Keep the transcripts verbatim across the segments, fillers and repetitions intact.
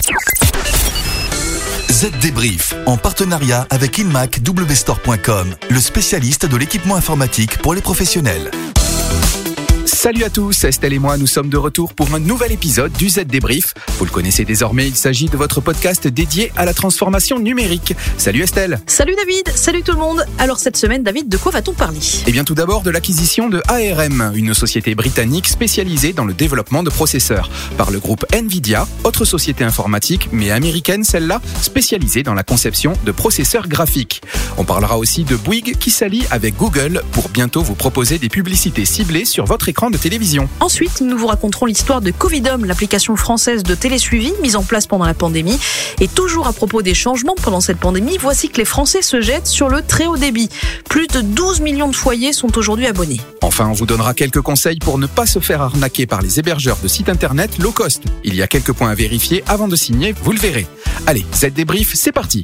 Z-Débrief, en partenariat avec Inmac W Store point com, le spécialiste de l'équipement informatique pour les professionnels. Salut à tous, Estelle et moi, nous sommes de retour pour un nouvel épisode du Z-Débrief. Vous le connaissez désormais, il s'agit de votre podcast dédié à la transformation numérique. Salut Estelle. Salut David, salut tout le monde. Alors cette semaine, David, de quoi va-t-on parler ? Eh bien tout d'abord de l'acquisition de A R M, une société britannique spécialisée dans le développement de processeurs, par le groupe Nvidia, autre société informatique, mais américaine celle-là, spécialisée dans la conception de processeurs graphiques. On parlera aussi de Bouygues qui s'allie avec Google pour bientôt vous proposer des publicités ciblées sur votre écran de télévision. Ensuite, nous vous raconterons l'histoire de Covidom, l'application française de télésuivi mise en place pendant la pandémie. Et toujours à propos des changements pendant cette pandémie, voici que les Français se jettent sur le très haut débit. Plus de douze millions de foyers sont aujourd'hui abonnés. Enfin, on vous donnera quelques conseils pour ne pas se faire arnaquer par les hébergeurs de sites internet low cost. Il y a quelques points à vérifier avant de signer, vous le verrez. Allez, Z-Débrief, c'est parti.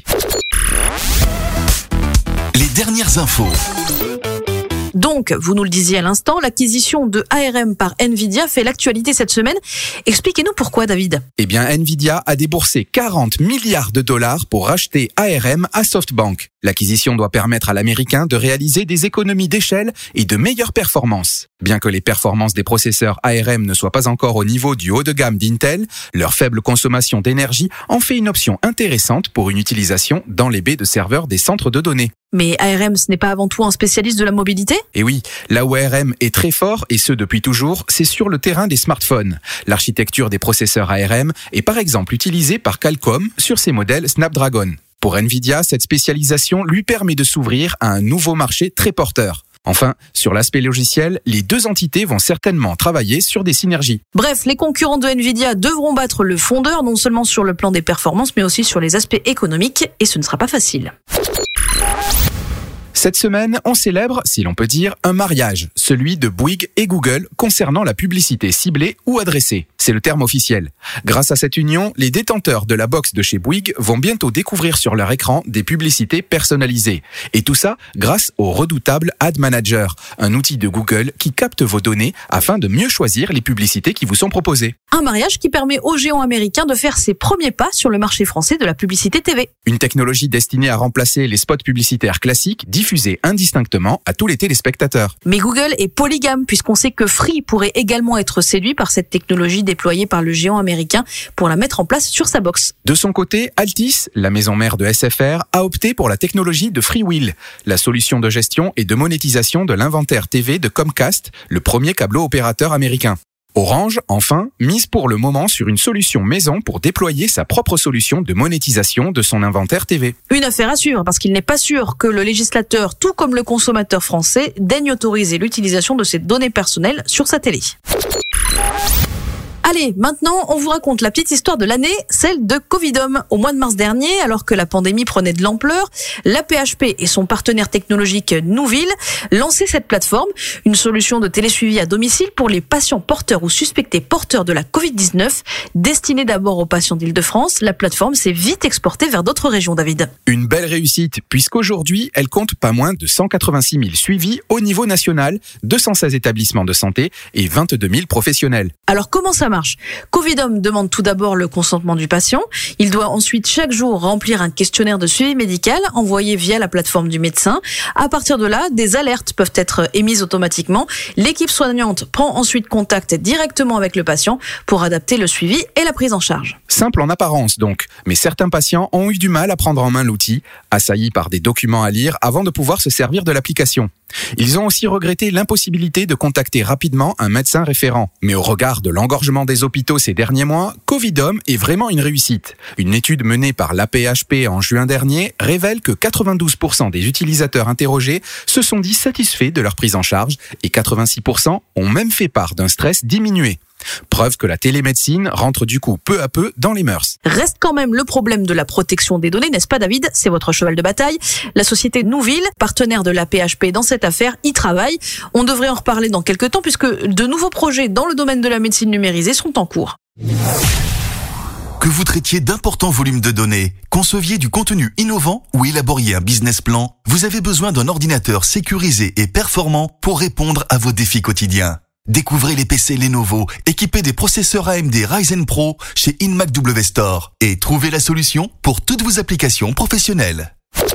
Les dernières infos. Donc, vous nous le disiez à l'instant, l'acquisition de A R M par Nvidia fait l'actualité cette semaine. Expliquez-nous pourquoi, David. Eh bien, Nvidia a déboursé quarante milliards de dollars pour racheter A R M à SoftBank. L'acquisition doit permettre à l'américain de réaliser des économies d'échelle et de meilleures performances. Bien que les performances des processeurs A R M ne soient pas encore au niveau du haut de gamme d'Intel, leur faible consommation d'énergie en fait une option intéressante pour une utilisation dans les baies de serveurs des centres de données. Mais A R M, ce n'est pas avant tout un spécialiste de la mobilité ? Et oui, là où A R M est très fort, et ce depuis toujours, c'est sur le terrain des smartphones. L'architecture des processeurs A R M est par exemple utilisée par Qualcomm sur ses modèles Snapdragon. Pour Nvidia, cette spécialisation lui permet de s'ouvrir à un nouveau marché très porteur. Enfin, sur l'aspect logiciel, les deux entités vont certainement travailler sur des synergies. Bref, les concurrents de Nvidia devront battre le fondeur, non seulement sur le plan des performances, mais aussi sur les aspects économiques, et ce ne sera pas facile. Cette semaine, on célèbre, si l'on peut dire, un mariage, celui de Bouygues et Google concernant la publicité ciblée ou adressée. C'est le terme officiel. Grâce à cette union, les détenteurs de la box de chez Bouygues vont bientôt découvrir sur leur écran des publicités personnalisées. Et tout ça grâce au redoutable Ad Manager, un outil de Google qui capte vos données afin de mieux choisir les publicités qui vous sont proposées. Un mariage qui permet au géant américain de faire ses premiers pas sur le marché français de la publicité T V. Une technologie destinée à remplacer les spots publicitaires classiques diffusés indistinctement à tous les téléspectateurs. Mais Google est polygame puisqu'on sait que Free pourrait également être séduit par cette technologie déployée par le géant américain pour la mettre en place sur sa box. De son côté, Altice, la maison mère de S F R, a opté pour la technologie de FreeWheel, la solution de gestion et de monétisation de l'inventaire T V de Comcast, le premier câblo opérateur américain. Orange, enfin, mise pour le moment sur une solution maison pour déployer sa propre solution de monétisation de son inventaire T V. Une affaire à suivre, parce qu'il n'est pas sûr que le législateur, tout comme le consommateur français, daigne autoriser l'utilisation de ses données personnelles sur sa télé. Allez, maintenant, on vous raconte la petite histoire de l'année, celle de Covidom. Au mois de mars dernier, alors que la pandémie prenait de l'ampleur, l'A P H P et son partenaire technologique Nouville lançaient cette plateforme, une solution de télésuivi à domicile pour les patients porteurs ou suspectés porteurs de la covid dix-neuf. Destinée d'abord aux patients d'Île-de-France, la plateforme s'est vite exportée vers d'autres régions, David. Une belle réussite, puisqu'aujourd'hui, elle compte pas moins de cent quatre-vingt-six mille suivis au niveau national, deux cent seize établissements de santé et vingt-deux mille professionnels. Alors comment ça marche ? Covidom demande tout d'abord le consentement du patient. Il doit ensuite chaque jour remplir un questionnaire de suivi médical envoyé via la plateforme du médecin. À partir de là, des alertes peuvent être émises automatiquement. L'équipe soignante prend ensuite contact directement avec le patient pour adapter le suivi et la prise en charge. Simple en apparence donc, mais certains patients ont eu du mal à prendre en main l'outil, assaillis par des documents à lire avant de pouvoir se servir de l'application. Ils ont aussi regretté l'impossibilité de contacter rapidement un médecin référent. Mais au regard de l'engorgement des hôpitaux ces derniers mois, Covidom est vraiment une réussite. Une étude menée par l'A P H P en juin dernier révèle que quatre-vingt-douze pour cent des utilisateurs interrogés se sont dit satisfaits de leur prise en charge et quatre-vingt-six pour cent ont même fait part d'un stress diminué. Preuve que la télémédecine rentre du coup peu à peu dans les mœurs. Reste quand même le problème de la protection des données, n'est-ce pas David ? C'est votre cheval de bataille. La société Nouville, partenaire de l'A P H P dans cette affaire, y travaille. On devrait en reparler dans quelques temps puisque de nouveaux projets dans le domaine de la médecine numérisée sont en cours. Que vous traitiez d'importants volumes de données, conceviez du contenu innovant ou élaboriez un business plan, vous avez besoin d'un ordinateur sécurisé et performant pour répondre à vos défis quotidiens. Découvrez les P C Lenovo équipés des processeurs A M D Ryzen Pro chez Inmac W Store et trouvez la solution pour toutes vos applications professionnelles.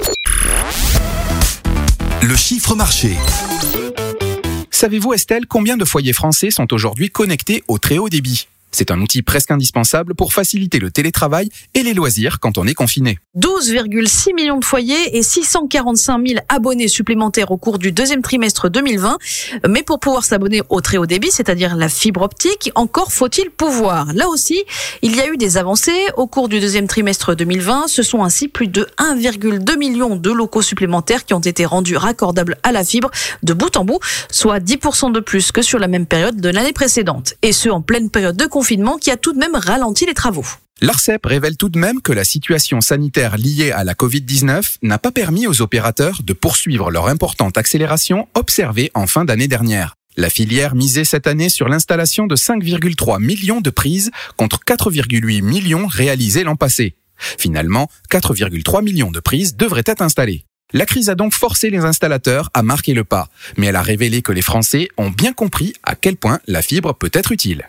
Le chiffre marché. Savez-vous, Estelle, combien de foyers français sont aujourd'hui connectés au très haut débit ? C'est un outil presque indispensable pour faciliter le télétravail et les loisirs quand on est confiné. douze virgule six millions de foyers et six cent quarante-cinq mille abonnés supplémentaires au cours du deuxième trimestre deux mille vingt. Mais pour pouvoir s'abonner au très haut débit, c'est-à-dire la fibre optique, encore faut-il pouvoir. Là aussi, il y a eu des avancées. Au cours du deuxième trimestre deux mille vingt, ce sont ainsi plus de un virgule deux million de locaux supplémentaires qui ont été rendus raccordables à la fibre de bout en bout, soit dix pour cent de plus que sur la même période de l'année précédente. Et ce, en pleine période de confinement qui a tout de même ralenti les travaux. L'Arcep révèle tout de même que la situation sanitaire liée à la covid dix-neuf n'a pas permis aux opérateurs de poursuivre leur importante accélération observée en fin d'année dernière. La filière misait cette année sur l'installation de cinq virgule trois millions de prises contre quatre virgule huit millions réalisées l'an passé. Finalement, quatre virgule trois millions de prises devraient être installées. La crise a donc forcé les installateurs à marquer le pas, mais elle a révélé que les Français ont bien compris à quel point la fibre peut être utile.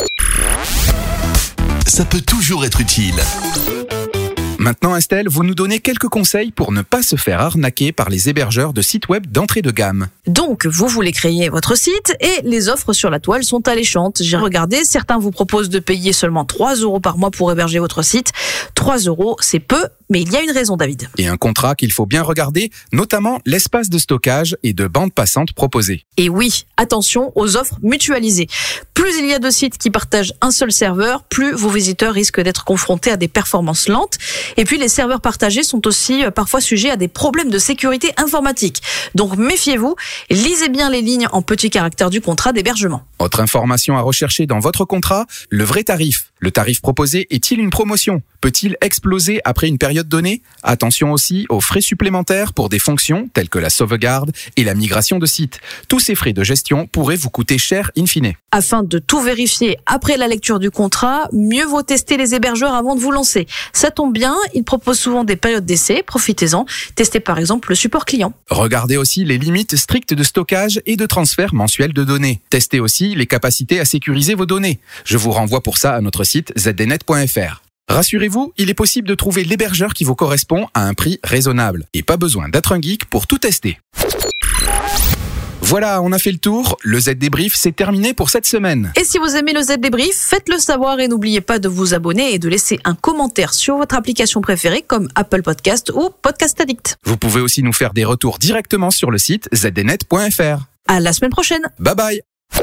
Ça peut toujours être utile. Maintenant, Estelle, vous nous donnez quelques conseils pour ne pas se faire arnaquer par les hébergeurs de sites web d'entrée de gamme. Donc, vous voulez créer votre site et les offres sur la toile sont alléchantes. J'ai regardé, certains vous proposent de payer seulement trois euros par mois pour héberger votre site. trois euros, c'est peu, mais il y a une raison, David. Et un contrat qu'il faut bien regarder, notamment l'espace de stockage et de bande passante proposé. Et oui, attention aux offres mutualisées. Plus il y a de sites qui partagent un seul serveur, plus vos visiteurs risquent d'être confrontés à des performances lentes. Et puis les serveurs partagés sont aussi parfois sujets à des problèmes de sécurité informatique. Donc méfiez-vous, lisez bien les lignes en petits caractères du contrat d'hébergement. Autre information à rechercher dans votre contrat, le vrai tarif. Le tarif proposé est-il une promotion ? Peut-il exploser après une période donnée ? Attention aussi aux frais supplémentaires pour des fonctions telles que la sauvegarde et la migration de site. Tous ces frais de gestion pourraient vous coûter cher in fine. Afin de tout vérifier après la lecture du contrat, mieux vaut tester les hébergeurs avant de vous lancer. Ça tombe bien, ils proposent souvent des périodes d'essai, profitez-en. Testez par exemple le support client. Regardez aussi les limites strictes de stockage et de transfert mensuel de données. Testez aussi les capacités à sécuriser vos données. Je vous renvoie pour ça à notre site z d net point f r. Rassurez-vous, il est possible de trouver l'hébergeur qui vous correspond à un prix raisonnable. Et pas besoin d'être un geek pour tout tester. Voilà, on a fait le tour. Le Z Débrief, c'est terminé pour cette semaine. Et si vous aimez le Z Débrief, faites-le savoir et n'oubliez pas de vous abonner et de laisser un commentaire sur votre application préférée comme Apple Podcast ou Podcast Addict. Vous pouvez aussi nous faire des retours directement sur le site z d net point f r. À la semaine prochaine. Bye bye.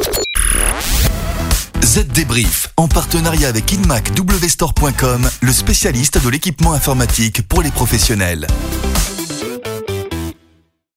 Z Débrief, en partenariat avec Inmac W Store point com, le spécialiste de l'équipement informatique pour les professionnels.